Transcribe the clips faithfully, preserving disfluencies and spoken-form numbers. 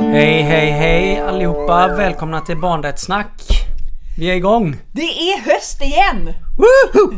Hej, hej, hej allihopa. Välkomna till Barnrättssnack. Vi är igång. Det är höst igen. Woohoo!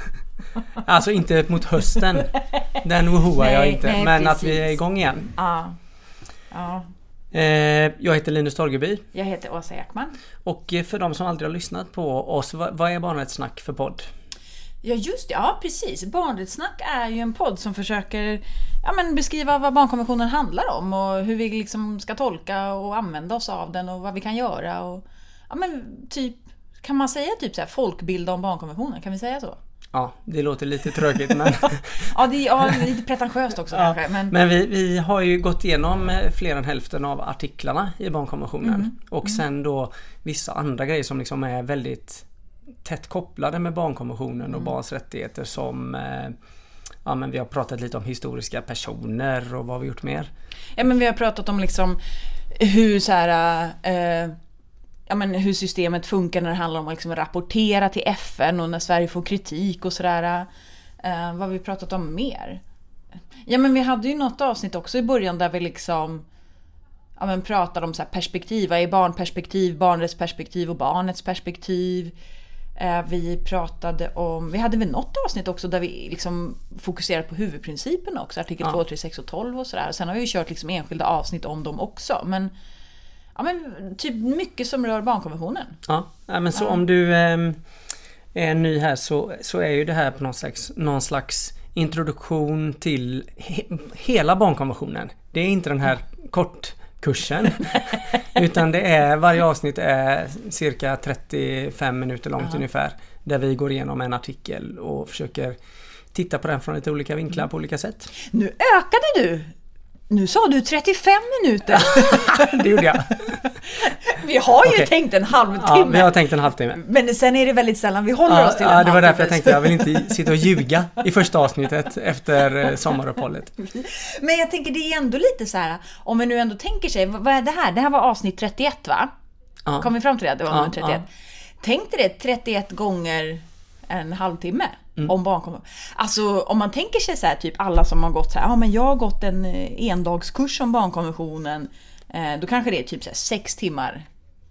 Alltså inte mot hösten. Den wohoar jag inte. Nej, men precis. att vi är igång igen. Ja. Ja. Eh, jag heter Linus Torgeby. Jag heter Åsa Ekman. Och för de som aldrig har lyssnat på oss, vad, vad är Barnrättssnack för podd? Ja just det, ja precis. Barnrättssnack är ju en podd som försöker ja, men beskriva vad barnkonventionen handlar om och hur vi liksom ska tolka och använda oss av den och vad vi kan göra och ja men typ, kan man säga typ så här folkbilda om barnkonventionen, kan vi säga så? Ja, det låter lite tråkigt men... ja, det är ja, lite pretentiöst också ja, kanske. Men, men vi, vi har ju gått igenom fler än hälften av artiklarna i barnkonventionen. Mm. Och mm. sen då vissa andra grejer som liksom är väldigt tätt kopplade med barnkonventionen och mm. barns rättigheter som... Eh, ja, men vi har pratat lite om historiska personer och vad har vi gjort mer? Ja, men vi har pratat om liksom hur så här... Eh, ja, men hur systemet funkar när det handlar om att liksom rapportera till F N och när Sverige får kritik och sådär. Uh, vad har vi pratat om mer? Ja, men vi hade ju något avsnitt också i början där vi liksom ja, men pratade om så här perspektiv. Vad är barnperspektiv, barnrättsperspektiv och barnets perspektiv? Uh, vi pratade om, vi hade väl något avsnitt också där vi liksom fokuserade på huvudprincipen också. Artikel ja. två, tre, sex och tolv och sådär. Sen har vi ju kört liksom enskilda avsnitt om dem också. Men ja, men typ mycket som rör barnkonventionen. Ja, men så ja. Om du eh, är ny här så, så är ju det här på någon slags, någon slags introduktion till he, hela barnkonventionen. Det är inte den här kortkursen. Utan det är, varje avsnitt är cirka trettiofem minuter långt ja. ungefär. Där vi går igenom en artikel och försöker titta på den från lite olika vinklar mm. på olika sätt. Nu ökade du! Nu sa du trettiofem minuter. Det gjorde jag. Vi har ju okay. tänkt en halvtimme. Ja, vi har tänkt en halvtimme. Men sen är det väldigt sällan vi håller ja, oss till ja, en halvtimme. Ja, det var därför jag tänkte jag vill inte sitta och ljuga i första avsnittet efter sommaruppehållet. Men jag tänker det är ändå lite så här, om vi nu ändå tänker sig, vad är det här? Det här var avsnitt trettioett va? Ja. Kom vi fram till det? Det var ja, trettioett. Ja. Tänk dig det trettioett gånger en halvtimme. Mm. Om barnkonventionen. Alltså om man tänker sig så här, typ alla som har gått så här, ja men jag har gått en endagskurs om barnkonventionen, eh, då kanske det är typ så här sex timmar.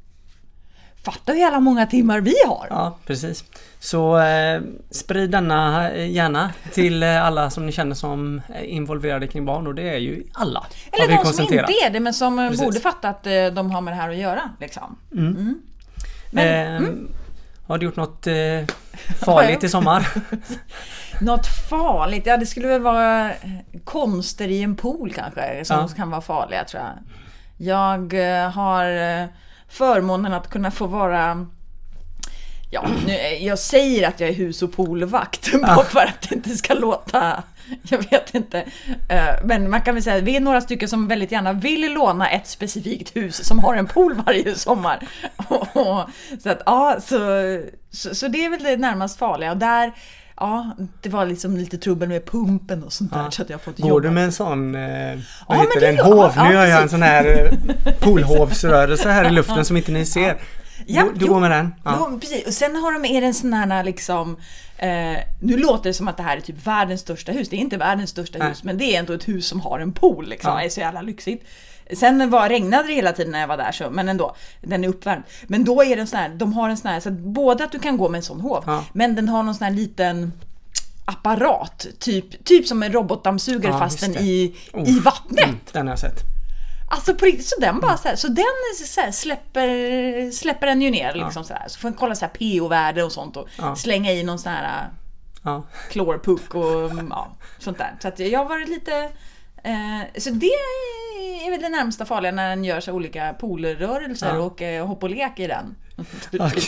Fattar hur jävla många timmar vi har. Ja, precis. Så eh, sprid denna gärna till alla som ni känner som är involverade kring barn, och det är ju alla. Eller de som inte är det, men som precis. borde fatta att eh, de har med det här att göra liksom. Mm. Mm. Men, eh, mm. Har du gjort något eh, farligt i sommar? Något farligt? Ja, det skulle väl vara konster i en pool kanske som ja. kan vara farliga tror jag. Jag eh, har eh, förmånen att kunna få vara... Ja, nu, jag säger att jag är hus- och poolvakt ja. bara för att det inte ska låta... Jag vet inte. Men man kan väl säga att vi är några stycken som väldigt gärna vill låna ett specifikt hus som har en pool varje sommar. Så att ja, så, så, så det är väl det närmast farliga. Och där, ja, det var liksom lite trubbel med pumpen och sånt där. Ja. Så att jag fått jobba. Går du med en sån, eh, vad ja, heter det, en det, hov? Ja, nu ja, har jag en sån här poolhovsrörelse här i luften som inte ni ser. Ja. Ja, du, du jo, går med den? Ja. Jo, precis. Och sen har de är det en sån här liksom eh, nu låter det som att det här är typ världens största hus. Det är inte världens största Nej. hus, men det är ändå ett hus som har en pool liksom. Ja. Det är så jävla lyxigt. Sen var regnade det hela tiden när jag var där så, men ändå den är uppvärmd. Men då är det sån här, de har en sån här så att både att du kan gå med en sån hov, ja. men den har någon sån här liten apparat typ typ som en robotdammsugare ja, fast den i oh. i vattnet. Mm, den har jag sett. Alltså på riktigt, så den bara så här, så den så här, släpper släpper den ju ner liksom ja. så här. Så får man kolla så här pH-värde och sånt och ja. slänga i någon sån här ja. klorpuck och ja, sånt där. Så att jag har varit lite eh, så det är väl det närmsta farliga när den gör så olika poolrörelser ja. och eh, hopp och lek i den. Okay.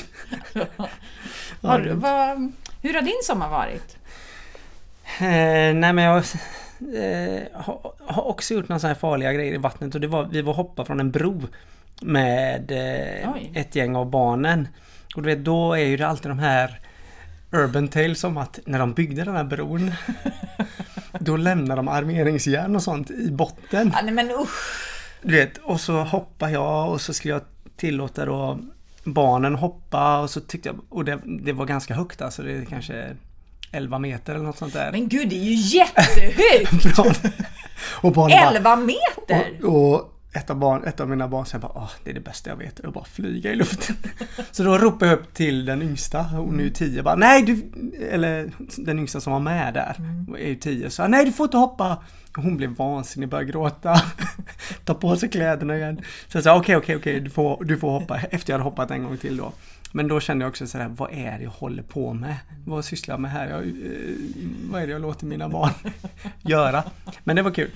har, vad, hur har din sommar varit? Eh, nej men jag Eh, har, har också gjort några så här farliga grejer i vattnet, och det var, vi var hoppa från en bro med eh, ett gäng av barnen, och du vet, då är ju det alltid de här urban tales om att när de byggde den här bron då lämnar de armeringsjärn och sånt i botten. Ja, nej, men usch. Du vet, och så hoppar jag och så skulle jag tillåta då barnen hoppa, och så tyckte jag, och det, det var ganska högt, alltså det är kanske elva meter eller något sånt där. Men gud, det är ju jättehögt! och barnen elva meter? Och, och ett av, barn, ett av mina barn säger bara, åh, det är det bästa jag vet, att bara flyga i luften. Så då ropar jag upp till den yngsta, hon är ju tio, bara, nej du, eller den yngsta som var med där, mm. är ju tio, så nej du får inte hoppa. Hon blev vansinnig, började gråta, ta på sig kläderna igen. Så jag sa, okej, okej, okej, du får, du får hoppa, efter jag hade hoppat en gång till då. Men då kände jag också sådär, vad är det jag håller på med? Vad sysslar jag med här? Jag, eh, vad är det jag låter mina barn göra? Men det var kul.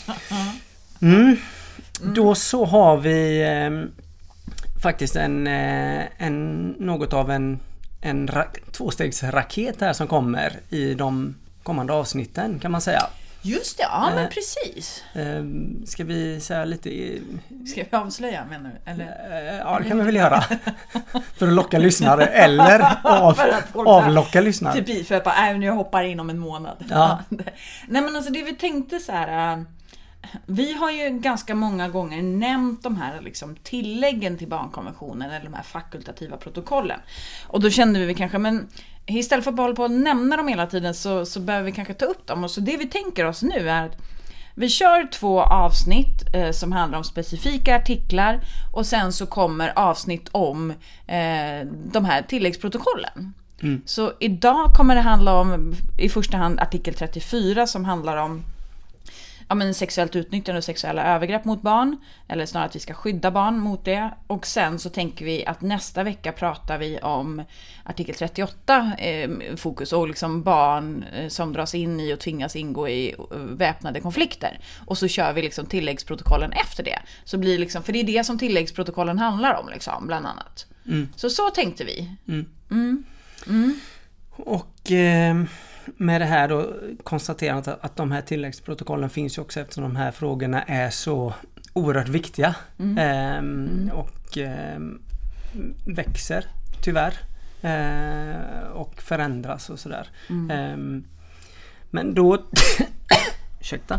Mm. Då så har vi eh, faktiskt en, eh, en något av en, en ra- tvåstegsraket här som kommer i de kommande avsnitten, kan man säga. Just det, ja men eh, precis. Eh, ska vi säga lite... I, ska vi avslöja, menar du? Eller? Eh, ja, det kan vi väl göra. För att locka lyssnare eller av, avlocka lyssnare. Typ för att bara, äh, nu hoppar in om en månad. Ja. Nej men alltså det vi tänkte så här... Äh, vi har ju ganska många gånger nämnt de här liksom, tilläggen till barnkonventionen eller de här fakultativa protokollen. Och då kände vi kanske, men istället för att bara hålla på att nämna dem hela tiden så, så behöver vi kanske ta upp dem. Och så det vi tänker oss nu är att vi kör två avsnitt eh, som handlar om specifika artiklar och sen så kommer avsnitt om eh, de här tilläggsprotokollen. Mm. Så idag kommer det handla om i första hand artikel trettiofyra som handlar om ja, men sexuellt utnyttjande och sexuella övergrepp mot barn, eller snarare att vi ska skydda barn mot det. Och sen så tänker vi att nästa vecka pratar vi om artikel trettioåtta eh, fokus och liksom barn eh, som dras in i och tvingas ingå i eh, väpnade konflikter. Och så kör vi liksom tilläggsprotokollen efter det. Så blir liksom, för det är det som tilläggsprotokollen handlar om liksom, bland annat. Mm. Så så tänkte vi. Mm. Mm. Mm. Och... Eh... med det här då konstaterat att de här tilläggsprotokollen finns ju också eftersom de här frågorna är så oerhört viktiga mm. Ehm, mm. och ehm, växer tyvärr ehm, och förändras och sådär. Mm. Ehm, men då ursäkta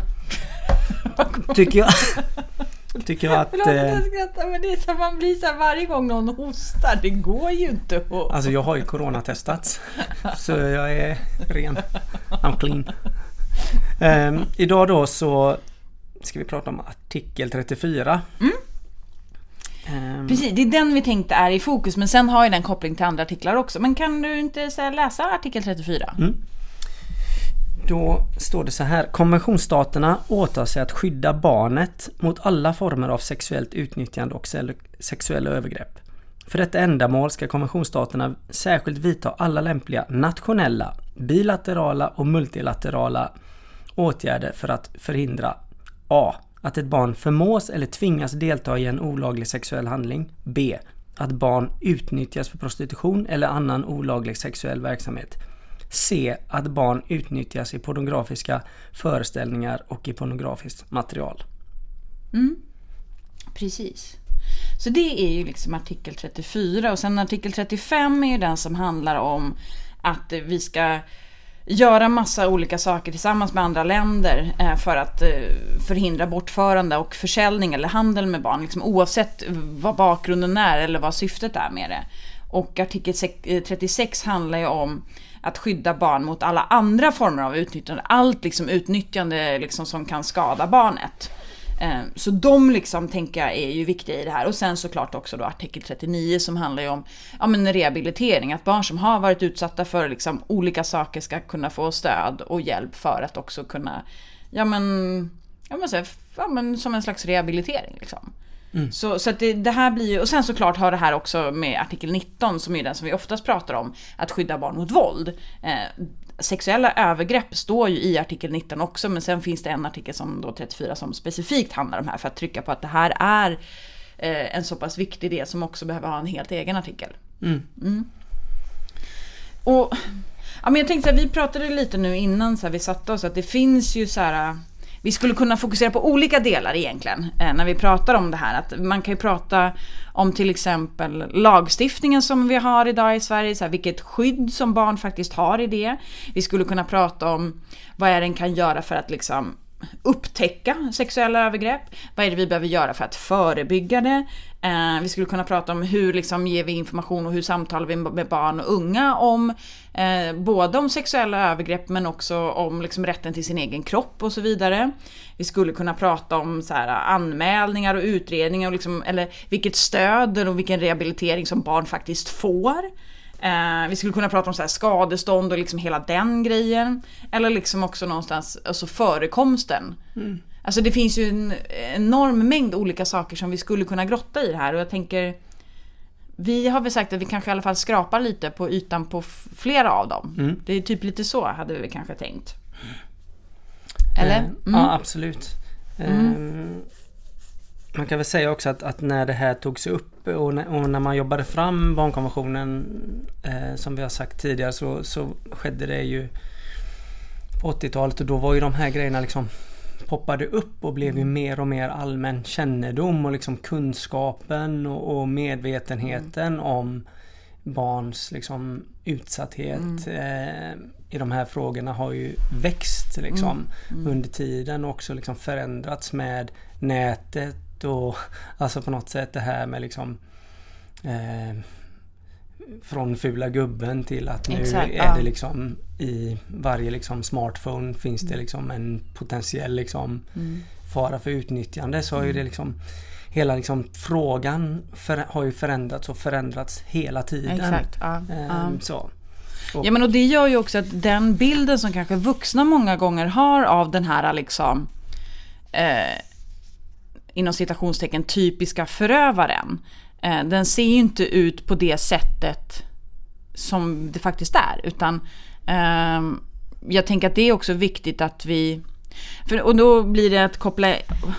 tycker jag tycker jag att Förlåt att jag skrattar, men det är så man blir så här varje gång någon hostar, det går ju inte att... Alltså jag har ju coronatestats så jag är ren, I'm clean. Um, idag då så ska vi prata om artikel trettiofyra. Mm. Um, Precis, det är den vi tänkte är i fokus, men sen har ju den koppling till andra artiklar också. Men kan du inte så här, läsa artikel trettiofyra? Mm. Då står det så här: konventionsstaterna åtar sig att skydda barnet mot alla former av sexuellt utnyttjande och sexuella övergrepp. För detta ändamål ska konventionsstaterna särskilt vidta alla lämpliga nationella, bilaterala och multilaterala åtgärder för att förhindra A. Att ett barn förmås eller tvingas delta i en olaglig sexuell handling. B. Att barn utnyttjas för prostitution eller annan olaglig sexuell verksamhet. C. Att barn utnyttjas i pornografiska föreställningar och i pornografiskt material. Mm. Precis. Så det är ju liksom artikel trettiofyra och sen artikel trettiofem är ju den som handlar om att vi ska göra massa olika saker tillsammans med andra länder för att förhindra bortförande och försäljning eller handel med barn, liksom oavsett vad bakgrunden är eller vad syftet är med det. Och artikel trettiosex handlar ju om att skydda barn mot alla andra former av utnyttjande. Allt liksom utnyttjande liksom som kan skada barnet. Så de liksom tänker jag är ju viktiga i det här. Och sen såklart också då artikel trettionio som handlar ju om ja, men rehabilitering. Att barn som har varit utsatta för liksom olika saker ska kunna få stöd och hjälp för att också kunna, ja men, ja, men, så, ja, men som en slags rehabilitering liksom. Mm. Så, så att det, det här blir ju, och sen såklart har det här också med artikel nitton som är den som vi oftast pratar om, att skydda barn mot våld. Eh, sexuella övergrepp står ju i artikel nitton också, men sen finns det en artikel som då trettiofyra som specifikt handlar om här för att trycka på att det här är eh, en så pass viktig del som också behöver ha en helt egen artikel. Mm. Mm. Och ja, men jag tänkte att vi pratade lite nu innan så här, vi satte oss att det finns ju så här. Vi skulle kunna fokusera på olika delar egentligen eh, när vi pratar om det här. Att man kan ju prata om till exempel lagstiftningen som vi har idag i Sverige. Så här, vilket skydd som barn faktiskt har i det. Vi skulle kunna prata om vad är den kan göra för att liksom upptäcka sexuella övergrepp? Vad är det vi behöver göra för att förebygga det? Eh, vi skulle kunna prata om hur liksom ger vi information och hur samtalar vi med barn och unga om eh, både om sexuella övergrepp men också om liksom rätten till sin egen kropp och så vidare. Vi skulle kunna prata om så här, anmälningar och utredningar och liksom, eller vilket stöd och vilken rehabilitering som barn faktiskt får. Eh, vi skulle kunna prata om så här skadestånd och liksom hela den grejen. Eller liksom också någonstans alltså förekomsten. Mm. Alltså det finns ju en enorm mängd olika saker som vi skulle kunna grotta i det här. Och jag tänker, vi har väl sagt att vi kanske i alla fall skrapar lite på ytan på f- flera av dem. Mm. Det är typ lite så hade vi kanske tänkt. Eller? Mm. Mm. Ja, absolut. Mm. Um, man kan väl säga också att, att när det här togs upp och när, och när man jobbade fram barnkonventionen eh, som vi har sagt tidigare så, så skedde det ju på åttiotalet och då var ju de här grejerna liksom poppade upp och blev ju mer och mer allmän kännedom och liksom kunskapen och, och medvetenheten mm. om barns liksom utsatthet mm. eh, i de här frågorna har ju växt liksom mm. Mm. under tiden och också liksom förändrats med nätet och alltså på något sätt det här med liksom eh, från fula gubben till att nu Exakt, är ja. det liksom i varje liksom smartphone finns det liksom en potentiell liksom mm. fara för utnyttjande så har ju det liksom hela liksom frågan för, har ju förändrats och förändrats hela tiden. Exakt, ja. Ehm, ja. Så. Och. Ja men och det gör ju också att den bilden som kanske vuxna många gånger har av den här liksom eh, inom citationstecken typiska förövaren eh, den ser ju inte ut på det sättet som det faktiskt är utan eh, jag tänker att det är också viktigt att vi för, och då blir det att koppla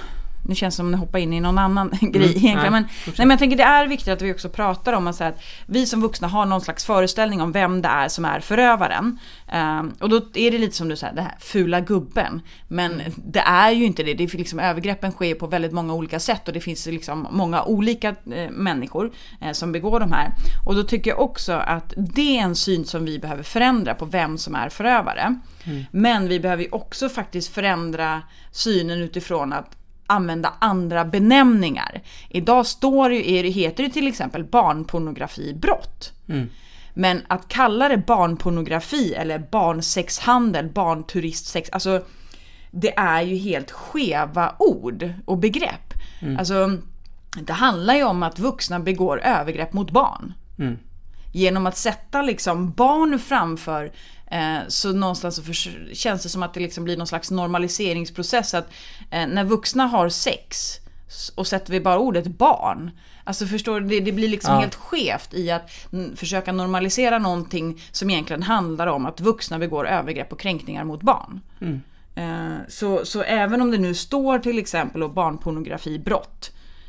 nu känns det som att hoppa in i någon annan mm, grej egentligen. Nej, men, nej, men jag tänker det är viktigt att vi också pratar om att, säga att vi som vuxna har någon slags föreställning om vem det är som är förövaren. Um, och då är det lite som du säger, det här fula gubben. Men mm. det är ju inte det. Det är liksom, övergreppen sker på väldigt många olika sätt och det finns liksom många olika eh, människor eh, som begår de här. Och då tycker jag också att det är en syn som vi behöver förändra på vem som är förövare. Mm. Men vi behöver ju också faktiskt förändra synen utifrån att använda andra benämningar. Idag står ju, är, heter det till exempel barnpornografibrott. Mm. Men att kalla det barnpornografi eller barnsexhandel, barnturistsex, alltså det är ju helt skeva ord och begrepp. Mm. Alltså det handlar ju om att vuxna begår övergrepp mot barn. Mm. Genom att sätta liksom barn framför eh, så någonstans så för, känns det som att det liksom blir någon slags normaliseringsprocess att eh, när vuxna har sex och sätter vi bara ordet barn, alltså förstår du, det, det blir liksom ja. helt skevt i att n- försöka normalisera någonting som egentligen handlar om att vuxna begår övergrepp och kränkningar mot barn. Mm. Eh, så, så även om det nu står till exempel om barnpornografibrott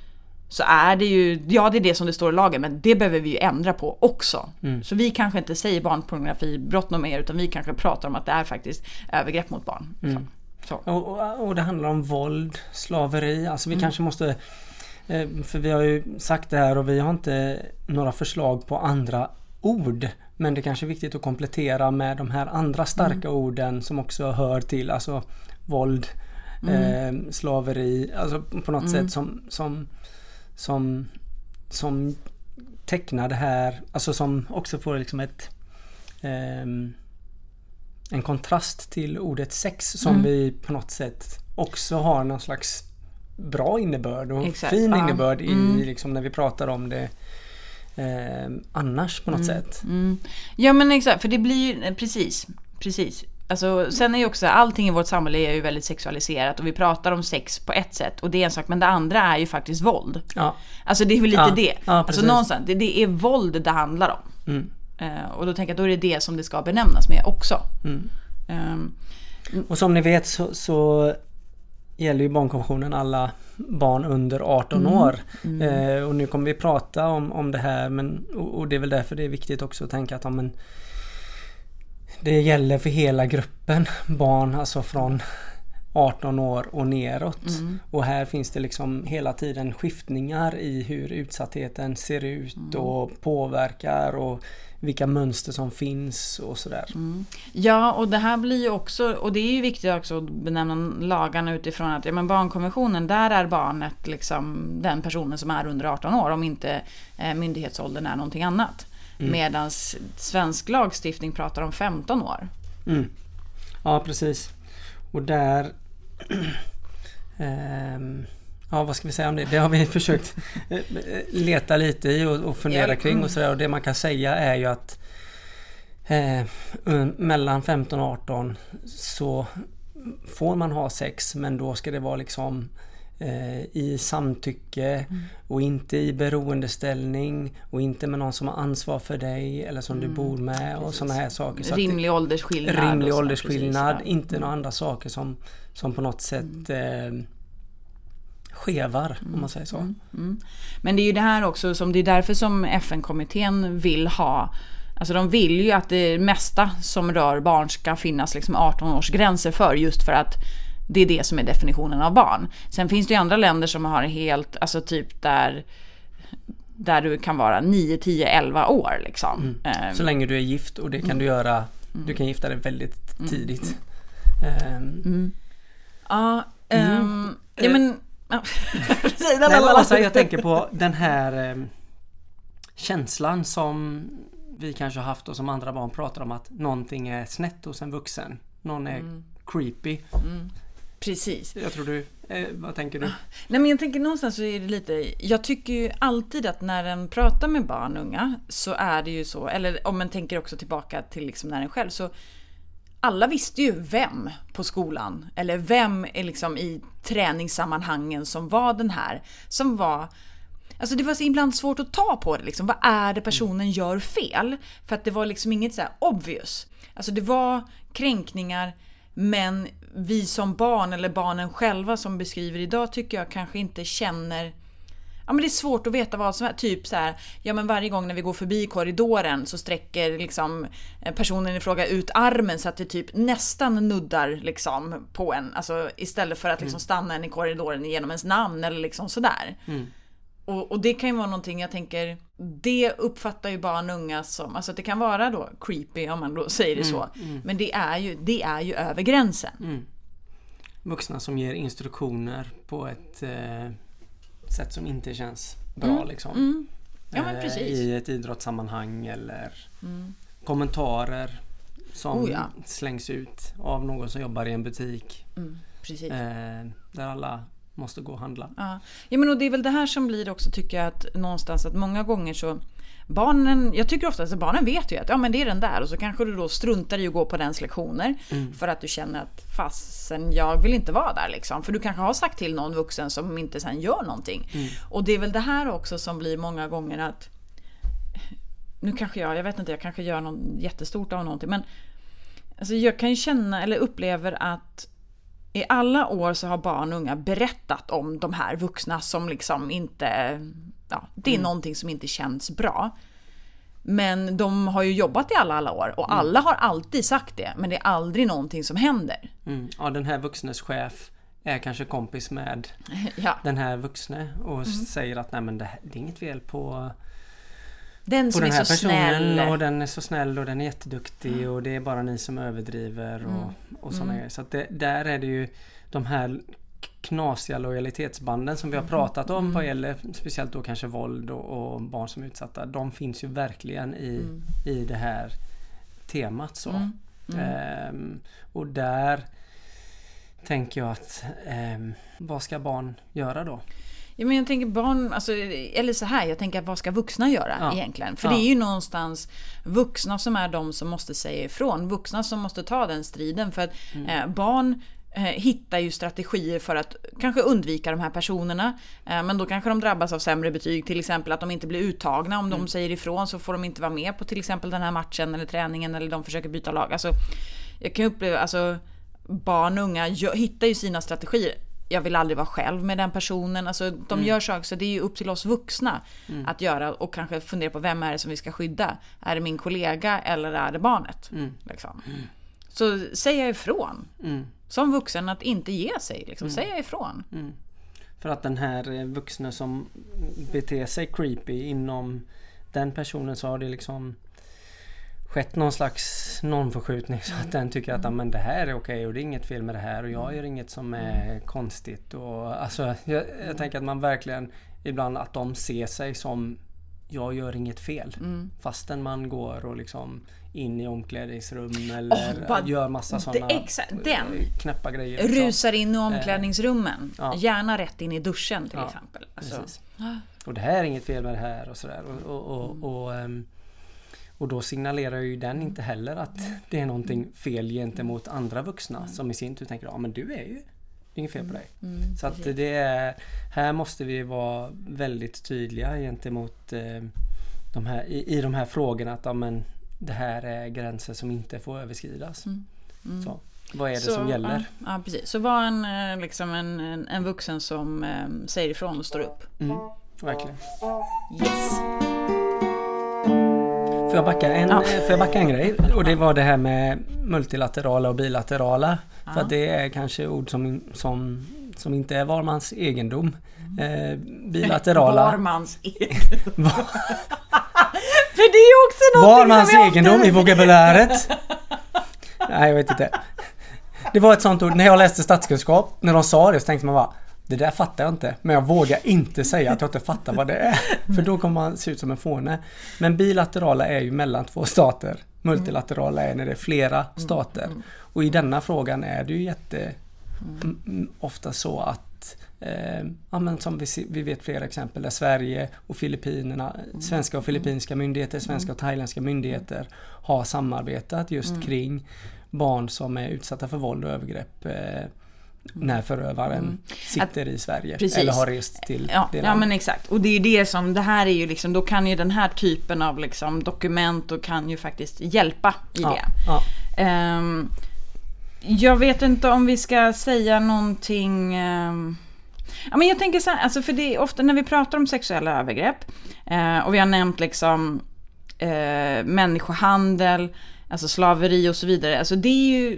så är det ju, ja det är det som det står i lagen, men det behöver vi ju ändra på också. Mm. Så vi kanske inte säger barnpornografibrott något mer, utan vi kanske pratar om att det är faktiskt övergrepp mot barn. Mm. Så. Så. Och, och, och det handlar om våld, slaveri, alltså vi mm. kanske måste, för vi har ju sagt det här och vi har inte några förslag på andra ord, men det kanske är viktigt att komplettera med de här andra starka mm. orden som också hör till, alltså våld, mm. eh, slaveri, alltså på något mm. sätt som, som som som tecknar det här, alltså som också får liksom ett eh, en kontrast till ordet sex som mm. vi på något sätt också har någon slags bra innebörd och Exakt, fin ja. innebörd i mm. liksom när vi pratar om det eh, annars på något mm. sätt. Mm. Ja men exakt, för det blir ju precis, precis. Alltså, sen är ju också allting i vårt samhälle är ju väldigt sexualiserat och vi pratar om sex på ett sätt och det är en sak, men det andra är ju faktiskt våld. Ja. Alltså det är väl lite ja. det. Ja, alltså någonstans, det, det är våld det handlar om. Mm. Uh, och då tänker jag att då är det det som det ska benämnas med också. Mm. Um, och som ni vet så, så gäller ju barnkonventionen alla barn under arton mm. år. Mm. Uh, och nu kommer vi prata om, om det här, men, och, och det är väl därför det är viktigt också att tänka att om en det gäller för hela gruppen barn, alltså från arton år och neråt. Mm. Och här finns det liksom hela tiden skiftningar i hur utsattheten ser ut mm. och påverkar och vilka mönster som finns och sådär. Mm. Ja, och det här blir ju också, och det är ju viktigt också att benämna lagarna utifrån att ja, men barnkonventionen, där är barnet liksom den personen som är under arton år, om inte eh, myndighetsåldern är någonting annat. Mm. Medan svensk lagstiftning pratar om femton år. Mm. Ja, precis. Och där ehm, ja, vad ska vi säga om det? Det har vi försökt leta lite i och, och fundera ja, kring och sådär. Och det man kan säga är ju att eh, mellan femton och arton så får man ha sex, men då ska det vara liksom eh, i samtycke mm. och inte i beroendeställning och inte med någon som har ansvar för dig eller som mm. du bor med och sådana här saker. Så rimlig att, åldersskillnad. Rimlig och åldersskillnad, precis, inte mm. några andra saker som, som på något sätt eh, skevar, om man säger så. Mm, mm. Men det är ju det här också, som det är därför som F N-kommittén vill ha, alltså de vill ju att det mesta som rör barn ska finnas liksom arton års gränser för, just för att det är det som är definitionen av barn. Sen finns det ju andra länder som har helt, alltså typ där där du kan vara nio, tio, elva år liksom. Mm. Så länge du är gift, och det kan mm. du göra, du kan gifta dig väldigt mm. tidigt. Mm. Um. Mm. Ja, um, mm. ja men Nej, alltså, jag tänker på den här eh, känslan som vi kanske har haft och som andra barn pratar om, att någonting är snett hos en vuxen. Någon är mm. creepy. Mm. Precis. Jag tror du, eh, vad tänker du? Nej, men jag tänker någonstans så är det lite, jag tycker ju alltid att när en pratar med barn och unga så är det ju så, eller om man tänker också tillbaka till liksom när en själv, så alla visste ju vem på skolan eller vem är liksom i träningssammanhangen som var den här, som var, alltså det var så ibland svårt att ta på det liksom, vad är det personen gör fel, för att det var liksom inget så här obvious, alltså det var kränkningar, men vi som barn eller barnen själva som beskriver idag tycker jag kanske inte känner, ja men det är svårt att veta vad som är, typ så här, ja men varje gång när vi går förbi korridoren så sträcker liksom personen i fråga ut armen så att det typ nästan nuddar liksom på en, alltså istället för att liksom stanna en i korridoren genom ens namn eller liksom sådär. Mm. Och, och det kan ju vara någonting, jag tänker, det uppfattar ju barn och unga som, alltså att det kan vara då creepy om man då säger det så, mm, mm. men det är ju, det är ju över gränsen. Mm. Vuxna som ger instruktioner på ett eh, sätt som inte känns bra mm. liksom. Mm. Ja, men precis. Eh, i ett idrottssammanhang eller mm. kommentarer som oh, ja. slängs ut av någon som jobbar i en butik. Mm, precis. Eh, där alla måste gå och handla. Ja. Ja, men och det är väl det här som blir också, tycker jag, att någonstans att många gånger så barnen, jag tycker ofta att barnen vet ju att ja men det är den där, och så kanske du då struntar i att gå på dens lektioner mm. för att du känner att fasen, jag vill inte vara där liksom, för du kanske har sagt till någon vuxen som inte sen gör någonting. Mm. Och det är väl det här också som blir många gånger att nu kanske jag, jag vet inte, jag kanske gör något jättestort av någonting, men alltså jag kan ju känna eller upplever att i alla år så har barn och unga berättat om de här vuxna som liksom inte, ja, det är mm. någonting som inte känns bra. Men de har ju jobbat i alla alla år och mm. alla har alltid sagt det, men det är aldrig någonting som händer. Mm. Ja, den här vuxnes chef är kanske kompis med ja. den här vuxne och mm. säger att nej men det, det är inget fel på den som på den är här så personen snäll. Och den är så snäll och den är jätteduktig mm. och det är bara ni som överdriver och, mm. och sådana mm. grejer. Så att det, där är det ju de här knasiga lojalitetsbanden som vi har pratat om mm. vad gäller speciellt då kanske våld och, och barn som är utsatta. De finns ju verkligen i, mm. i det här temat så. Mm. Mm. Ehm, och där tänker jag att ehm, vad ska barn göra då? Ja, men jag tänker barn, alltså, eller så här, jag tänker vad ska vuxna göra ja. egentligen? För ja. det är ju någonstans vuxna som är de som måste säga ifrån. Vuxna som måste ta den striden, för att mm. eh, barn eh, hittar ju strategier för att kanske undvika de här personerna. Eh, men då kanske de drabbas av sämre betyg, till exempel att de inte blir uttagna. Om mm. de säger ifrån så får de inte vara med på till exempel den här matchen eller träningen, eller de försöker byta lag. Alltså, jag kan uppleva, alltså barn och unga hittar ju sina strategier. Jag vill aldrig vara själv med den personen. Alltså, de mm. gör saker, så det är ju upp till oss vuxna mm. att göra och kanske fundera på vem är det som vi ska skydda. Är det min kollega eller är det barnet? Mm. Liksom. Mm. så säga ifrån. Mm. Som vuxen att inte ge sig. Liksom. Mm. Säga ifrån. Mm. För att den här vuxna som beter sig creepy inom den personen, så har det liksom skett någon slags normförskjutning så att den tycker att men det här är okej och det är inget fel med det här och jag gör inget som är konstigt. Och, alltså, jag, jag tänker att man verkligen ibland att de ser sig som jag gör inget fel. Mm. Fastän man går och liksom in i omklädningsrum eller oh, gör massa sådana knäppa grejer. Rusar in i omklädningsrummen. Eh, ja. Gärna rätt in i duschen till ja, exempel. Alltså. Och det här är inget fel med det här och sådär. Och, och, och, och, um, och då signalerar ju den inte heller att det är någonting fel gentemot andra vuxna som i sin tur tänker, ja men du är ju, det är inget fel på dig. Mm, så att det är, här måste vi vara väldigt tydliga gentemot eh, de här, i, i de här frågorna att ja, men, det här är gränser som inte får överskridas. Mm. Mm. Så, vad är det så, som gäller? Ja, ja, precis. Så var en, liksom en, en, en vuxen som eh, säger ifrån och står upp. Mm. Verkligen. Yes. Får jag, backa en, ja. får jag backa en grej? Och det var det här med multilaterala och bilaterala. Ja. För att det är kanske ord som, som, som inte är varmans egendom. Mm. Eh, bilaterala. Varmans egendom. För det är också något varmans egendom i vokabuläret. Nej, jag vet inte. Det var ett sånt ord. När jag läste statskunskap, när de sa det så tänkte man bara, det där fattar jag inte. Men jag vågar inte säga att jag inte fattar vad det är. För då kommer man se ut som en fåne. Men bilaterala är ju mellan två stater. Multilaterala är när det är flera stater. Och i denna frågan är det ju jätte m- ofta så att eh, ja, men som vi, vi vet flera exempel där Sverige och Filippinerna, svenska och filippinska myndigheter, svenska och thailändska myndigheter har samarbetat just mm. kring barn som är utsatta för våld och övergrepp eh, när förövaren mm. sitter att, i Sverige precis. Eller har rest till ja, det ja men exakt, och det är ju det som det här är ju liksom, då kan ju den här typen av liksom dokument och kan ju faktiskt hjälpa i ja, det ja. Um, jag vet inte om vi ska säga någonting um, ja men jag tänker så här, alltså för det är ofta när vi pratar om sexuella övergrepp uh, och vi har nämnt liksom uh, människohandel, alltså slaveri och så vidare, alltså det är ju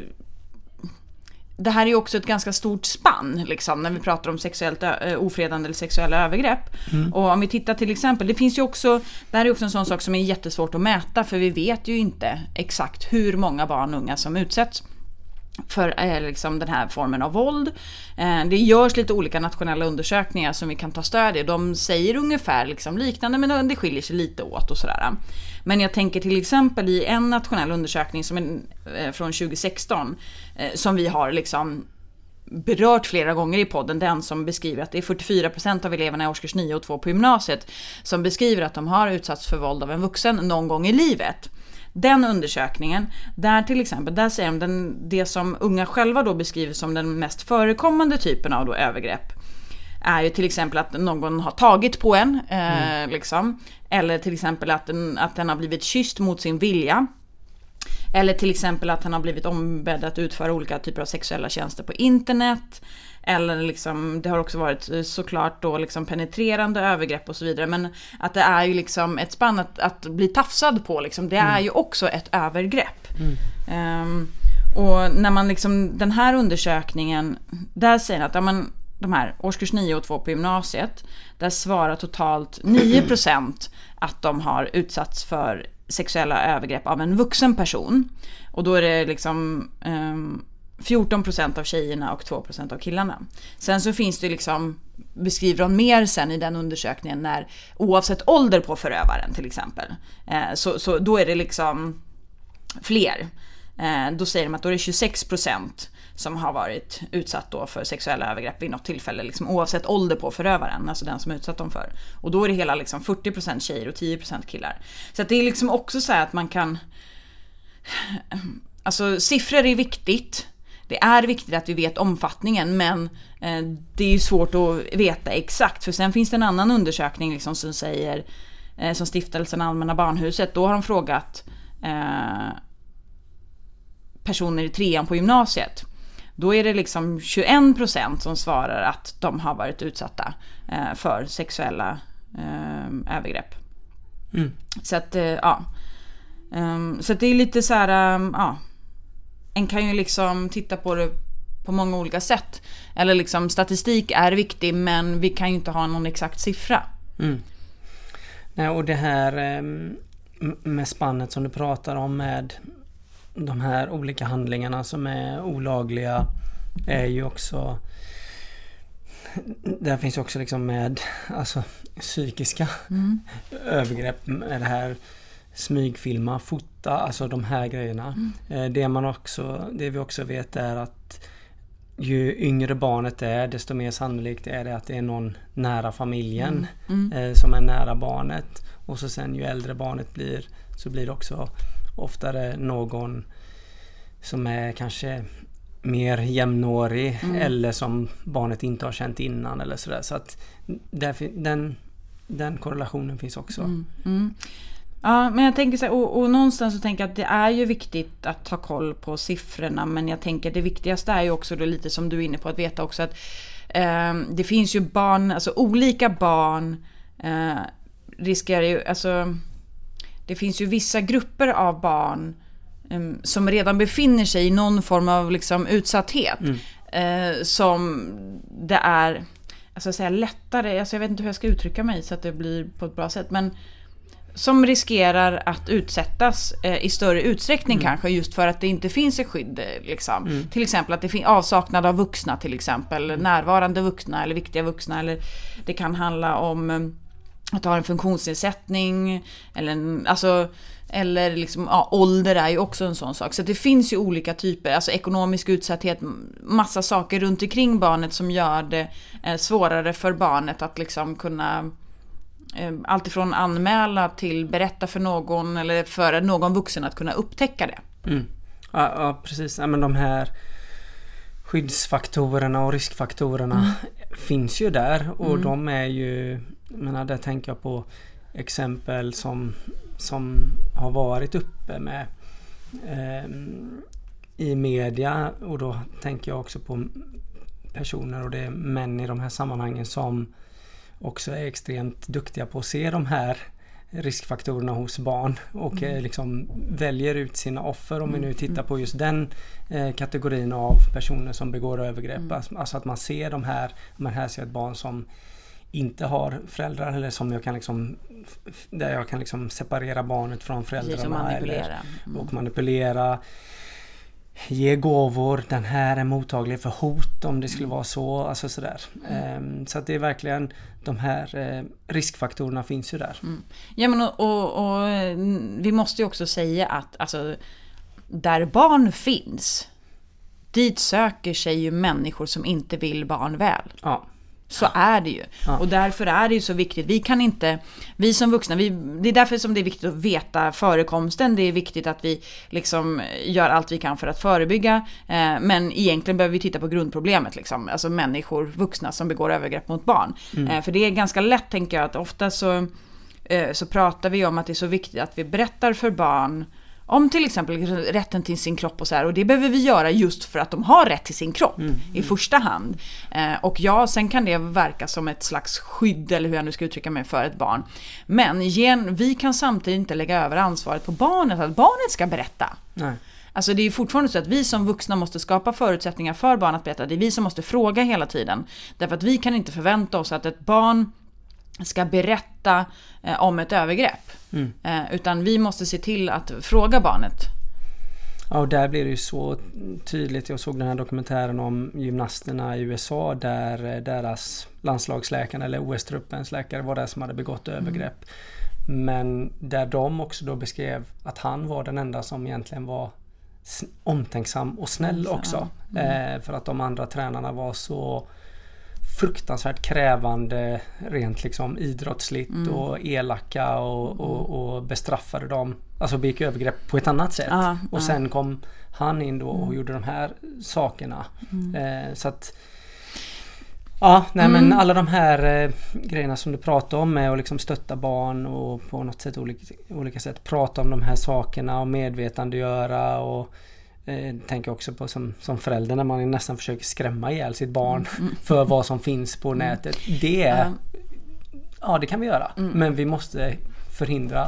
det här är ju också ett ganska stort spann liksom, när vi pratar om sexuellt ö- ofredande eller sexuella övergrepp. Mm. Och om vi tittar till exempel, det finns ju också, det här är också en sån sak som är jättesvårt att mäta, för vi vet ju inte exakt hur många barn och unga som utsätts för eh, liksom den här formen av våld. Eh, det görs lite olika nationella undersökningar som vi kan ta stöd i. De säger ungefär liksom liknande, men det skiljer sig lite åt och sådär. Men jag tänker till exempel i en nationell undersökning som är eh, från tjugo sexton eh, som vi har liksom berört flera gånger i podden, den som beskriver att det är fyrtiofyra procent av eleverna i årskurs nio och två på gymnasiet som beskriver att de har utsatts för våld av en vuxen någon gång i livet. Den undersökningen, där till exempel, där säger de den, det som unga själva då beskriver som den mest förekommande typen av då övergrepp är ju till exempel att någon har tagit på en eh, mm. liksom, eller till exempel att den, att den har blivit kysst mot sin vilja, eller till exempel att han har blivit ombedd att utföra olika typer av sexuella tjänster på internet, eller liksom, det har också varit såklart då liksom penetrerande övergrepp och så vidare, men att det är ju liksom ett spann att, att bli tafsad på liksom, det är mm. ju också ett övergrepp. Mm. Um, och när man liksom, den här undersökningen, där säger att ja, men, de här årskurs nio och två på gymnasiet, där svarar totalt nio procent att de har utsatts för sexuella övergrepp av en vuxen person. Och då är det liksom um, fjorton procent av tjejerna och två procent av killarna. Sen så finns det liksom, beskriver de mer sen i den undersökningen, när oavsett ålder på förövaren till exempel, eh, så, så då är det liksom fler. Eh, då säger de att då är det tjugosex procent som har varit utsatt då för sexuella övergrepp vid något tillfälle, liksom, oavsett ålder på förövaren, alltså den som utsatt dem för. Och då är det hela liksom fyrtio procent tjejer och tio procent killar. Så att det är liksom också så här att man kan, alltså siffror är viktigt. Det är viktigt att vi vet omfattningen, men eh, det är ju svårt att veta exakt. För sen finns det en annan undersökning liksom, som säger, eh, som Stiftelsen Allmänna Barnhuset, då har de frågat eh, personer i trean på gymnasiet. Då är det liksom tjugoen procent som svarar att de har varit utsatta eh, för sexuella eh, övergrepp. Mm. Så att, eh, ja. Um, så att det är lite så här, um, ja. en kan ju liksom titta på det på många olika sätt. Eller liksom statistik är viktig, men vi kan ju inte ha någon exakt siffra. Mm. Nej, och det här med spannet som du pratar om med de här olika handlingarna som är olagliga är ju också, där finns också liksom med alltså psykiska mm. övergrepp med det här smygfilma, fota, alltså de här grejerna. Mm. Det man också, det vi också vet är att ju yngre barnet är, desto mer sannolikt är det att det är någon nära familjen mm. Mm. som är nära barnet. Och så sen ju äldre barnet blir, så blir det också oftare någon som är kanske mer jämnårig mm. eller som barnet inte har känt innan eller sådär. Så att därför, den, den korrelationen finns också. Mm. Mm. Ja, men jag tänker så här, och, och någonstans så tänker jag att det är ju viktigt att ta koll på siffrorna, men jag tänker det viktigaste är ju också då lite som du är inne på att veta också att eh, det finns ju barn, alltså olika barn eh, riskerar ju, alltså det finns ju vissa grupper av barn eh, som redan befinner sig i någon form av liksom utsatthet mm. eh, som det är, alltså säga lättare, alltså jag vet inte hur jag ska uttrycka mig så att det blir på ett bra sätt, men som riskerar att utsättas eh, i större utsträckning mm. kanske just för att det inte finns ett skydd liksom. Mm. Till exempel att det finns avsaknad av vuxna till exempel, mm. närvarande vuxna eller viktiga vuxna, eller det kan handla om eh, att ha en funktionsnedsättning eller en, alltså eller liksom, ja, ålder är ju också en sån sak. Så det finns ju olika typer, alltså ekonomisk utsatthet, massa saker runt omkring barnet som gör det eh, svårare för barnet att liksom kunna allt ifrån anmäla till berätta för någon eller för någon vuxen att kunna upptäcka det. Mm. Ja, ja, precis. Ja, men de här skyddsfaktorerna och riskfaktorerna mm. finns ju där och mm. de är ju, jag menar, där tänker jag på exempel som, som har varit uppe med eh, i media, och då tänker jag också på personer, och det är män i de här sammanhangen som också är extremt duktiga på att se de här riskfaktorerna hos barn och mm. liksom väljer ut sina offer, om vi nu tittar på just den eh, kategorin av personer som begår övergrepp. Mm. Alltså att man ser de här, man här ser ett barn som inte har föräldrar, eller som jag kan liksom, där jag kan liksom separera barnet från föräldrarna manipulera. Eller, mm. och manipulera, ge gåvor, den här är mottaglig för hot om det skulle vara så, alltså sådär. Mm. Um, så att det är verkligen de här uh, riskfaktorerna finns ju där. Mm. Ja, men och, och, och vi måste ju också säga att alltså, där barn finns, dit söker sig ju människor som inte vill barn väl. Ja. Så är det ju. Ja. Och därför är det ju så viktigt. Vi kan inte, vi som vuxna, vi, det är därför som det är viktigt att veta förekomsten. Det är viktigt att vi liksom gör allt vi kan för att förebygga. Eh, men egentligen behöver vi titta på grundproblemet. Liksom. Alltså människor, vuxna som begår övergrepp mot barn. Mm. Eh, för det är ganska lätt, tänker jag, att ofta så, eh, så pratar vi om att det är så viktigt att vi berättar för barn om till exempel rätten till sin kropp och så här. Och det behöver vi göra just för att de har rätt till sin kropp mm. i första hand. Eh, och ja, sen kan det verka som ett slags skydd, eller hur jag nu ska uttrycka mig, för ett barn. Men igen, vi kan samtidigt inte lägga över ansvaret på barnet, att barnet ska berätta. Nej. Alltså det är fortfarande så att vi som vuxna måste skapa förutsättningar för barn att berätta. Det är vi som måste fråga hela tiden. Därför att vi kan inte förvänta oss att ett barn ska berätta eh, om ett övergrepp. Mm. Eh, utan vi måste se till att fråga barnet. Ja, och där blir det ju så tydligt. Jag såg den här dokumentären om gymnasterna i U S A där deras landslagsläkare eller O S-truppens läkare var det som hade begått övergrepp. Mm. Men där de också då beskrev att han var den enda som egentligen var omtänksam och snäll mm. också. Mm. Eh, för att de andra tränarna var så fruktansvärt krävande rent liksom idrottsligt mm. och elaka och, och, och bestraffade dem, alltså begick övergrepp på ett annat sätt. Ah, och ah. sen kom han in då och mm. gjorde de här sakerna. Mm. Eh, så att ja, nej mm. men alla de här eh, grejerna som du pratar om med att liksom stötta barn och på något sätt olika, olika sätt prata om de här sakerna och medvetandegöra och eh, tänker också på som, som förälder när man nästan försöker skrämma ihjäl sitt barn mm. för vad som finns på mm. nätet. Det är, mm. ja det kan vi göra, mm. men vi måste förhindra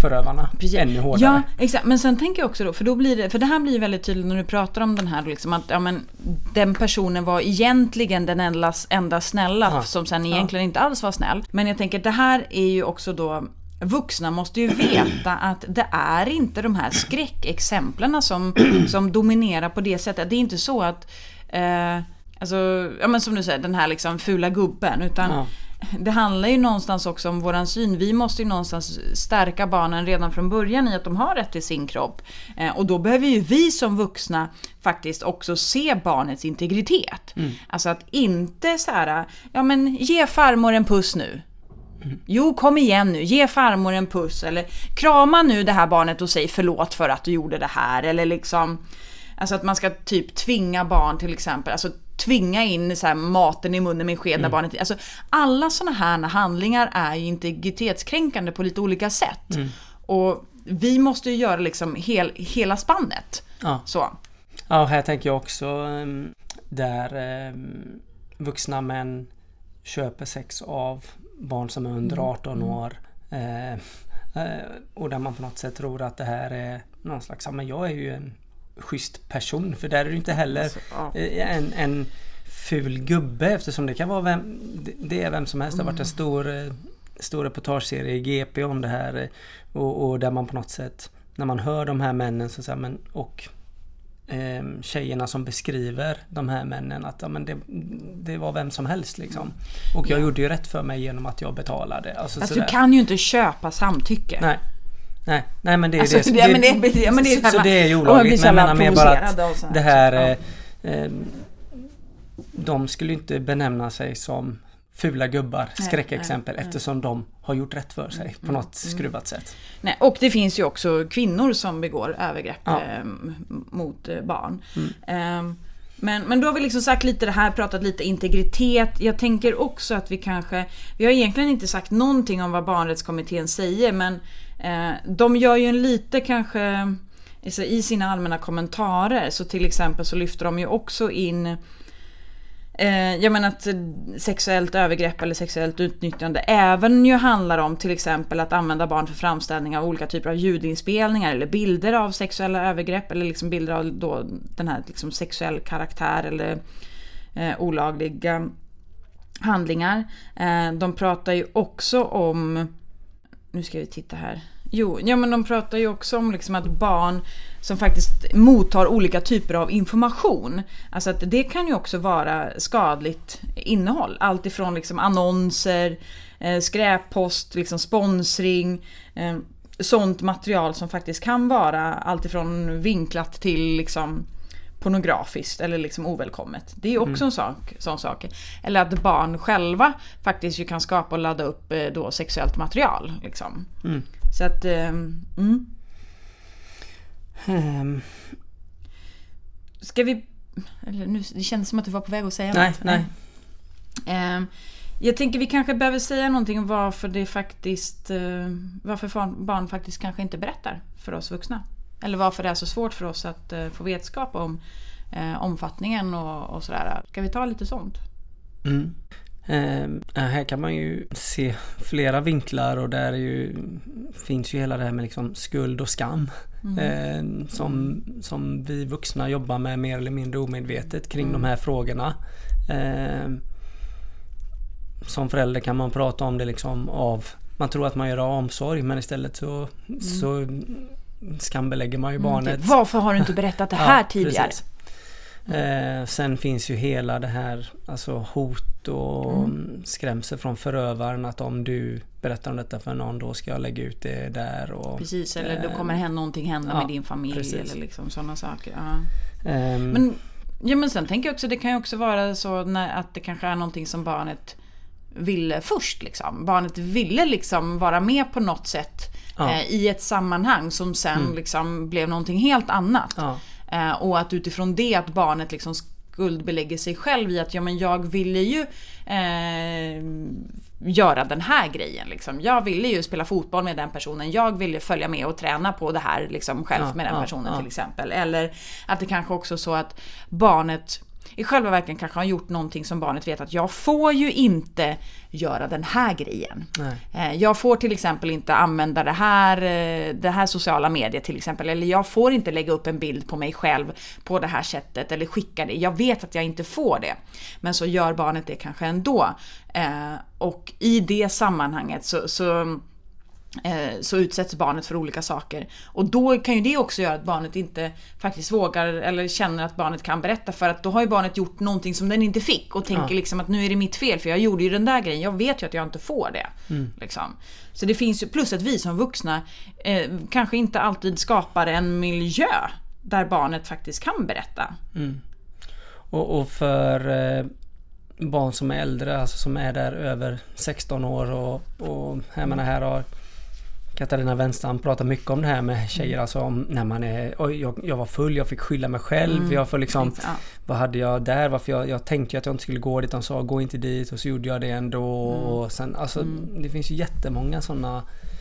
förövarna Precis. ännu hårdare. Ja, exakt. Men sen tänker jag också då, för då blir det, för det här blir väldigt tydligt när du pratar om den här liksom, att ja, men, den personen var egentligen den enda, enda snälla ja. som sen egentligen ja. inte alls var snäll. Men jag tänker, det här är ju också då, vuxna måste ju veta att det är inte de här skräckexemplen som, som dominerar på det sättet. Det är inte så att eh, alltså, ja men som du säger, den här liksom fula gubben, utan ja. det handlar ju någonstans också om våran syn. Vi måste ju någonstans stärka barnen redan från början i att de har rätt till sin kropp. Eh, och då behöver ju vi som vuxna faktiskt också se barnets integritet. Mm. Alltså att inte så här, ja men ge farmor en puss nu. Mm. Jo, kom igen nu, ge farmor en puss. Eller krama nu det här barnet och säg förlåt för att du gjorde det här. Eller liksom, alltså att man ska typ tvinga barn till exempel, alltså tvinga in så här maten i munnen med sked när mm. barnet... Alltså, alla såna här handlingar är ju integritetskränkande på lite olika sätt. Mm. Och vi måste ju göra liksom hel, hela spannet. Ja. Så. Ja, här tänker jag också um, där um, vuxna män köper sex av barn som är under arton mm. år. Uh, uh, och där man på något sätt tror att det här är någon slags... Men jag är ju en schysst person, för där är det inte heller alltså, ja. en, en ful gubbe, eftersom det kan vara vem, det är vem som helst. Mm. Det har varit en stor, stor reportageserie i G P om det här och, och där man på något sätt, när man hör de här männen så säger men, och eh, tjejerna som beskriver de här männen att ja, men det, det var vem som helst liksom. Och jag ja. gjorde ju rätt för mig genom att jag betalade. Alltså, alltså du kan ju inte köpa samtycke. Nej. Nej, nej men det är alltså, det, det, det, men det, ja, men det är så, så det är ju olagligt, men jag menar mer bara att det här ja. eh, de skulle inte benämna sig som fula gubbar, nej, skräckexempel, nej, eftersom nej. de har gjort rätt för sig mm, på något mm. skruvat sätt. Nej, och det finns ju också kvinnor som begår övergrepp ja. eh, mot eh, barn. Mm. Eh, Men, men då har vi liksom sagt lite det här, pratat lite integritet. Jag tänker också att vi kanske, vi har egentligen inte sagt någonting om vad barnrättskommittén säger, men eh, de gör ju en lite kanske i sina allmänna kommentarer, så till exempel så lyfter de ju också in Eh, jag menar att sexuellt övergrepp eller sexuellt utnyttjande även ju handlar om till exempel att använda barn för framställning av olika typer av ljudinspelningar eller bilder av sexuella övergrepp eller liksom bilder av då den här liksom sexuell karaktär eller eh, olagliga handlingar. Eh, de pratar ju också om, nu ska vi titta här. Jo, ja men de pratar ju också om liksom att barn som faktiskt mottar olika typer av information. Alltså att det kan ju också vara skadligt innehåll. Allt ifrån liksom annonser, eh, skräppost, liksom sponsring, eh, sånt material som faktiskt kan vara allt ifrån vinklat till liksom pornografiskt eller liksom ovälkommet. Det är också mm. en sak, sån sak. Eller att barn själva faktiskt ju kan skapa och ladda upp eh, då sexuellt material liksom. Mm. Så att eh, mm. Hmm. Ska vi eller nu, det kändes som att du var på väg att säga nej, något. Nej. Eh, jag tänker vi kanske behöver säga någonting om varför det faktiskt eh, varför barn faktiskt kanske inte berättar för oss vuxna. Eller varför det är så svårt för oss att eh, få vetskap om eh, omfattningen och, och sådär. Ska vi ta lite sånt? Mm. Eh, här kan man ju se flera vinklar och där är ju, finns ju hela det här med liksom skuld och skam mm. eh, som, som vi vuxna jobbar med mer eller mindre omedvetet kring mm. de här frågorna. Eh, som förälder kan man prata om det liksom av, man tror att man gör omsorg men istället så, mm. så skambelägger man ju barnet. Mm, varför har du inte berättat det här ja, tidigare? Eh, sen finns ju hela det här alltså hot och mm. skrämsel från förövaren att om du berättar om detta för någon då ska jag lägga ut det där. Och, precis, eller då kommer hända någonting hända ja, med din familj precis. Eller liksom sådana saker. Ja. Um, men, ja, men sen tänker jag också, det kan ju också vara så när, att det kanske är någonting som barnet ville först liksom. Barnet ville liksom vara med på något sätt ja. eh, i ett sammanhang som sen mm. liksom blev någonting helt annat. Ja. Eh, och att utifrån det att barnet liksom skuldbelägger sig själv i att ja, men jag ville ju eh, göra den här grejen liksom. Jag ville ju spela fotboll med den personen. Jag ville följa med och träna på det här liksom själv ja, med den personen ja, ja. till exempel. Eller att det kanske också så att barnet i själva verket kanske har gjort någonting som barnet vet att jag får ju inte göra den här grejen. Nej. Jag får till exempel inte använda det här, det här sociala medier till exempel, eller jag får inte lägga upp en bild på mig själv på det här sättet eller skicka det. Jag vet att jag inte får det, men så gör barnet det kanske ändå. Och i det sammanhanget så, så så utsätts barnet för olika saker. Och då kan ju det också göra att barnet inte faktiskt vågar eller känner att barnet kan berätta, för att då har ju barnet gjort någonting som den inte fick och tänker ja. liksom att nu är det mitt fel för jag gjorde ju den där grejen. Jag vet ju att jag inte får det. Mm. Liksom. Så det finns ju, plus att vi som vuxna eh, kanske inte alltid skapar en miljö där barnet faktiskt kan berätta. Mm. Och, och för eh, barn som är äldre, alltså som är där över sexton år och, och jag menar, här har Katarina Wenstam pratar mycket om det här med tjejer, alltså om när man är, oj, jag, jag var full, jag fick skylla mig själv, mm. jag får liksom, ja. vad hade jag där, varför jag, jag tänkte ju att jag inte skulle gå dit, de sa gå inte dit och så gjorde jag det ändå mm. och sen, alltså mm. det finns ju jättemånga sådana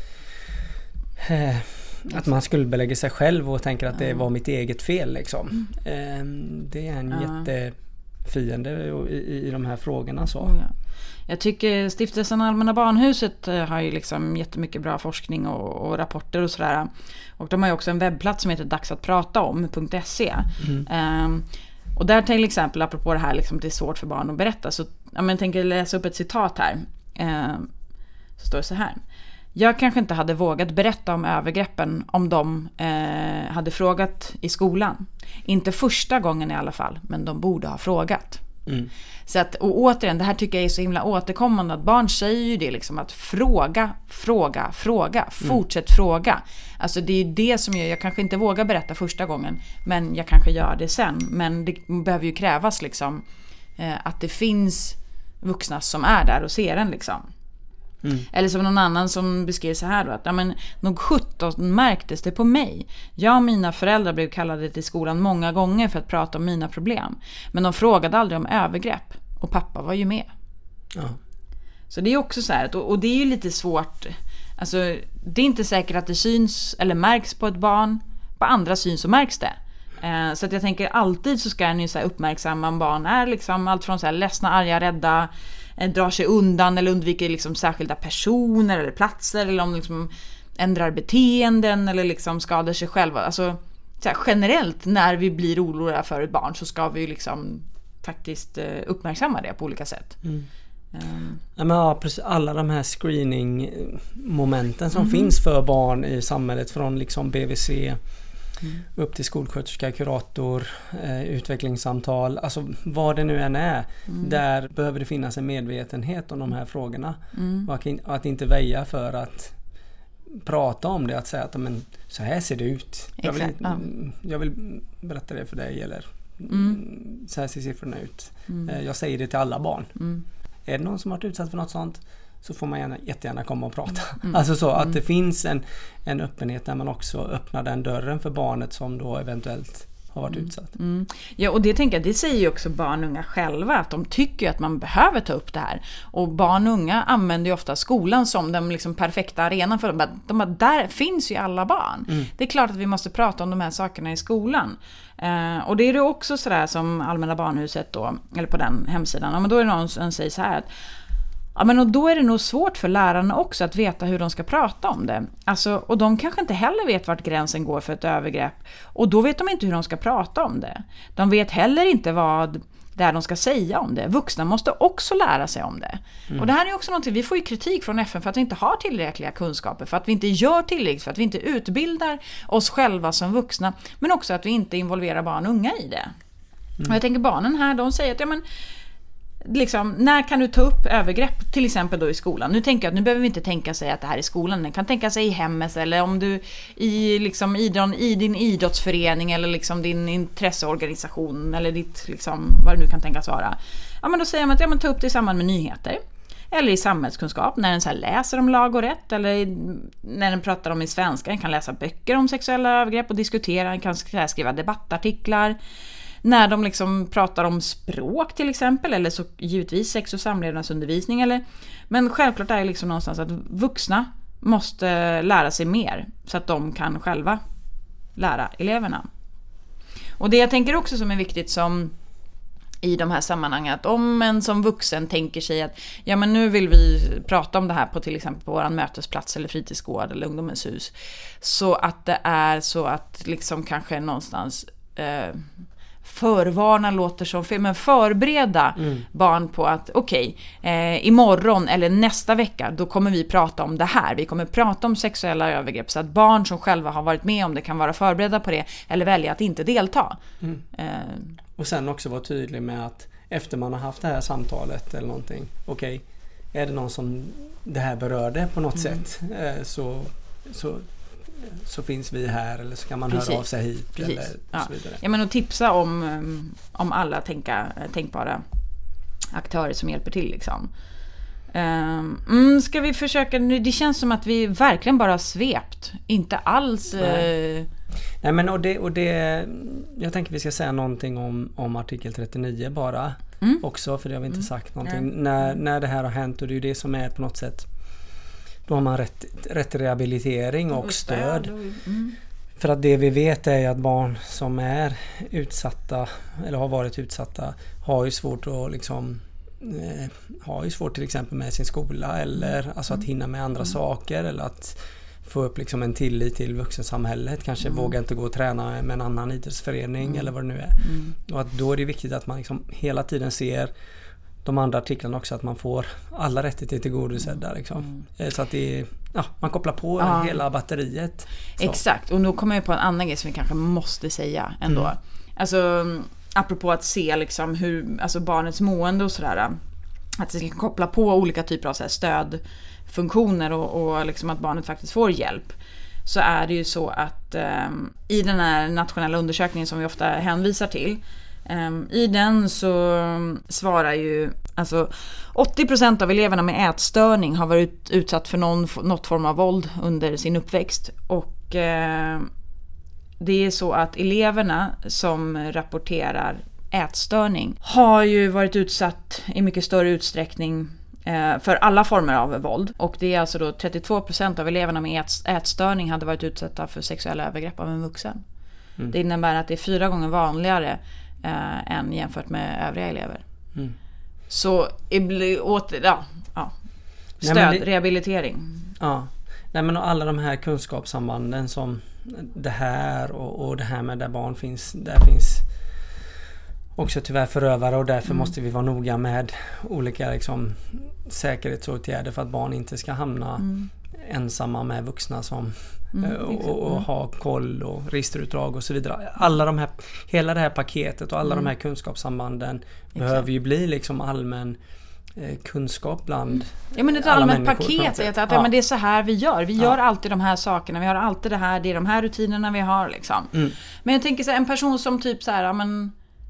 eh, att man skulle belägga sig själv och tänker att det mm. var mitt eget fel liksom. Mm. Eh, det är en ja. jättefiende i, i de här frågorna så. Mm, ja. Jag tycker Stiftelsen Allmänna Barnhuset har ju liksom jättemycket bra forskning och, och rapporter och sådär. Och de har ju också en webbplats som heter dags att prata om punkt se. Mm. Um, och där till exempel, apropå det här liksom, det är svårt för barn att berätta, så ja, men jag tänker läsa upp ett citat här. Um, så står det så här. Jag kanske inte hade vågat berätta om övergreppen om de eh, hade frågat i skolan. Inte första gången i alla fall, men de borde ha frågat. Mm. Så att, och återigen, det här tycker jag är så himla återkommande, att barn säger ju det liksom, att fråga, fråga, fråga, fortsätt mm. fråga. Alltså det är det som gör, jag kanske inte vågar berätta första gången, men jag kanske gör det sen. Men det behöver ju krävas liksom eh, att det finns vuxna som är där och ser en liksom. Mm. Eller som någon annan som beskrev så här då, att ja, men, nog sjutton märktes det på mig. Jag och mina föräldrar blev kallade till skolan många gånger för att prata om mina problem. Men de frågade aldrig om övergrepp. Och pappa var ju med. Ja. Så det är också så här, och, och det är ju lite svårt. Alltså, det är inte säkert att det syns eller märks på ett barn. På andra syns så märks det. Eh, så att jag tänker alltid så ska en ju så här uppmärksamma om barn är liksom allt från så här ledsna, arga, rädda, drar sig undan eller undviker liksom särskilda personer eller platser, eller om liksom ändrar beteenden eller liksom skadar sig själva. Alltså så här, generellt när vi blir oroliga för ett barn så ska vi liksom faktiskt eh, uppmärksamma det på olika sätt. Mm. Um. Ja, men ja, precis, alla de här screening-momenten som mm. finns för barn i samhället, från liksom B V C Mm. upp till skolsköterska, kurator, eh, utvecklingssamtal, alltså vad det nu än är, mm. där behöver det finnas en medvetenhet om de här frågorna mm. och att, att inte väja för att prata om det, att säga att men, så här ser det ut, jag vill, ja. jag vill berätta det för dig, eller mm. så här ser siffrorna ut, mm. eh, jag säger det till alla barn. Mm. Är det någon som har varit utsatt för något sånt, så får man gärna, jättegärna komma och prata. Mm. Alltså så att mm. det finns en, en öppenhet där man också öppnar den dörren för barnet som då eventuellt har varit mm. utsatt. Mm. Ja, och det tänker jag, det säger ju också barn och unga själva, att de tycker att man behöver ta upp det här. Och barn och unga använder ju ofta skolan som den liksom perfekta arenan för dem. De bara, där finns ju alla barn. Mm. Det är klart att vi måste prata om de här sakerna i skolan. Eh, och det är ju också sådär som Allmänna Barnhuset då, eller på den hemsidan. Ja, men då är det någon som säger så här att ja, men och då är det nog svårt för lärarna också att veta hur de ska prata om det. Alltså, och de kanske inte heller vet vart gränsen går för ett övergrepp. Och då vet de inte hur de ska prata om det. De vet heller inte vad det är de ska säga om det. Vuxna måste också lära sig om det. Mm. Och det här är också någonting, vi får ju kritik från F N för att vi inte har tillräckliga kunskaper. För att vi inte gör tillräckligt, för att vi inte utbildar oss själva som vuxna. Men också att vi inte involverar barn och unga i det. Mm. Och jag tänker barnen här, de säger att ja men liksom, när kan du ta upp övergrepp till exempel då i skolan? Nu tänker jag att nu behöver vi inte tänka sig att det här är skolan, den kan tänka sig i hemmet, eller om du i, liksom, idron, i din idrottsförening eller liksom din intresseorganisation eller ditt, liksom, vad det nu kan tänkas vara. Ja, men då säger man att ja, men ta upp det i samband med nyheter eller i samhällskunskap, när den så här läser om lag och rätt, eller när den pratar om i svenska, den kan läsa böcker om sexuella övergrepp och diskutera, den kan skriva debattartiklar. När de liksom pratar om språk till exempel, eller så givetvis sex- och samlevnadsundervisning. Eller, men självklart är det liksom någonstans att vuxna måste lära sig mer så att de kan själva lära eleverna. Och det jag tänker också som är viktigt som i de här sammanhangen. Att om en som vuxen tänker sig att ja, men nu vill vi prata om det här på till exempel på vår mötesplats eller fritidsgård eller ungdomens hus. Så att det är så att liksom kanske någonstans eh, förvarna låter som fel, men förbereda mm. barn på att okej, okay, eh, imorgon eller nästa vecka då kommer vi prata om det här. Vi kommer prata om sexuella övergrepp så att barn som själva har varit med om det kan vara förberedda på det eller välja att inte delta. Mm. Eh. Och sen också vara tydlig med att efter man har haft det här samtalet eller någonting, okej, okay, är det någon som det här berörde på något mm. sätt eh, så, så så finns vi här eller så kan man Precis. höra av sig hit eller ja. så vidare. Ja, men att tipsa om, om alla tänka, tänkbara aktörer som hjälper till liksom. Um, ska vi försöka, det känns som att vi verkligen bara svept, inte alls Nej, uh... Nej men och det, och det jag tänker vi ska säga någonting om, om artikel trettionio bara mm. också, för det har vi inte mm. sagt någonting. Mm. När, när det här har hänt, och det är ju det som är på något sätt då har man rätt, rätt rehabilitering och stöd. Mm. För att det vi vet är att barn som är utsatta eller har varit utsatta har ju svårt att liksom eh, har ju svårt till exempel med sin skola eller alltså att hinna med andra mm. saker eller att få upp liksom en tillit till vuxensamhället. Kanske mm. våga inte gå och träna med en annan idrottsförening mm. eller vad det nu är. Mm. Och att då är det viktigt att man liksom hela tiden ser de andra artiklarna också, att man får alla rättigheter tillgodosedda liksom. Mm. Så att det är, ja, man kopplar på ja. hela batteriet. Så. Exakt, och nu kommer jag på en annan grej som vi kanske måste säga ändå. Mm. Alltså, apropå att se liksom hur, alltså barnets mående och sådär, att vi ska koppla på olika typer av så här stödfunktioner och, och liksom att barnet faktiskt får hjälp. Så är det ju så att um, i den här nationella undersökningen som vi ofta hänvisar till, Um, i den så svarar ju alltså åttio procent av eleverna med ätstörning har varit utsatt för någon, något form av våld under sin uppväxt, och uh, det är så att eleverna som rapporterar ätstörning har ju varit utsatt i mycket större utsträckning uh, för alla former av våld, och det är alltså då trettiotvå procent av eleverna med ät, ätstörning hade varit utsatta för sexuella övergrepp av en vuxen. Mm. Det innebär att det är fyra gånger vanligare Uh, än jämfört med övriga elever. Mm. Så åter, ja, ja. Stöd, Nej, det, rehabilitering. Ja. Nej, men och alla de här kunskapssambanden som det här och, och det här med där barn finns, där finns också tyvärr förövare, och därför mm. måste vi vara noga med olika liksom, säkerhetsåtgärder för att barn inte ska hamna mm. ensamma med vuxna som Mm, och, och ha koll och registerutdrag och så vidare. Alla de här, hela det här paketet och alla mm. de här kunskapssambanden exakt. behöver ju bli liksom allmän eh, kunskap bland ja, men ett alla allmänt paket är att, att ja. Ja, men det är så här vi gör. Vi ja. gör alltid de här sakerna. Vi har alltid det här, det är de här rutinerna vi har liksom. Mm. Men jag tänker så här, en person som typ så här, men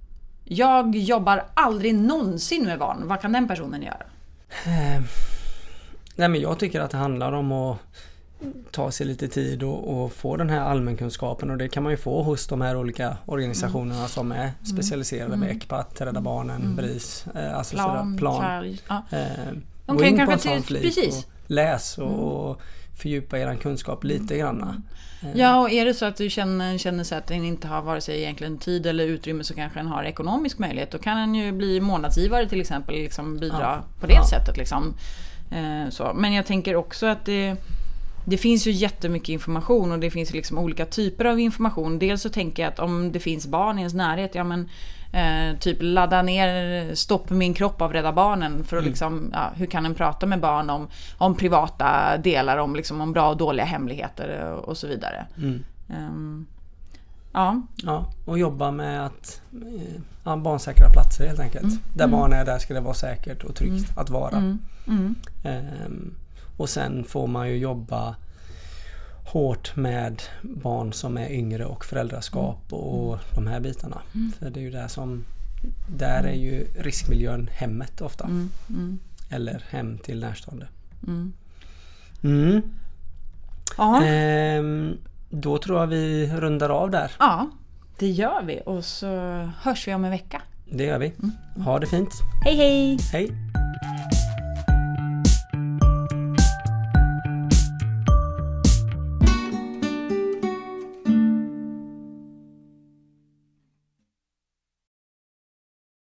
jag jobbar aldrig någonsin med barn. Vad kan den personen göra? Eh, nej, men jag tycker att det handlar om att ta sig lite tid och, och få den här allmänkunskapen, och det kan man ju få hos de här olika organisationerna mm. som är specialiserade mm. med ECPAT, Rädda Barnen, mm. BRIS, eh, alltså plan, sådär, plan. Ja. Eh, de gå kan in kanske på en sån till, precis. och läs och, mm. och fördjupa er kunskap lite granna. Eh. Ja, och är det så att du känner, känner sig att den inte har vare sig egentligen tid eller utrymme, så kanske den har ekonomisk möjlighet. Då kan den ju bli månadsgivare till exempel, liksom bidra ja. på det ja. sättet liksom. Eh, så. Men jag tänker också att det Det finns ju jättemycket information, och det finns liksom olika typer av information. Dels så tänker jag att om det finns barn i ens närhet, ja men eh, typ ladda ner Stopp min kropp av Rädda Barnen för att mm. liksom, ja, hur kan en prata med barn om, om privata delar, om, liksom, om bra och dåliga hemligheter och, och så vidare. Mm. Um, ja. ja, och jobba med att ja, barnsäkra platser helt enkelt. Mm. Där mm. barn är, där ska det vara säkert och tryggt mm. att vara. Mm. Mm. Um, Och sen får man ju jobba hårt med barn som är yngre och föräldraskap mm. och de här bitarna. Mm. För det är ju där som, där är ju riskmiljön hemmet ofta. Mm. Mm. Eller hem till närstående. Mm. Mm. Ehm, då tror jag vi rundar av där. Ja, det gör vi. Och så hörs vi om en vecka. Det gör vi. Ha det fint. Hej hej! Hej!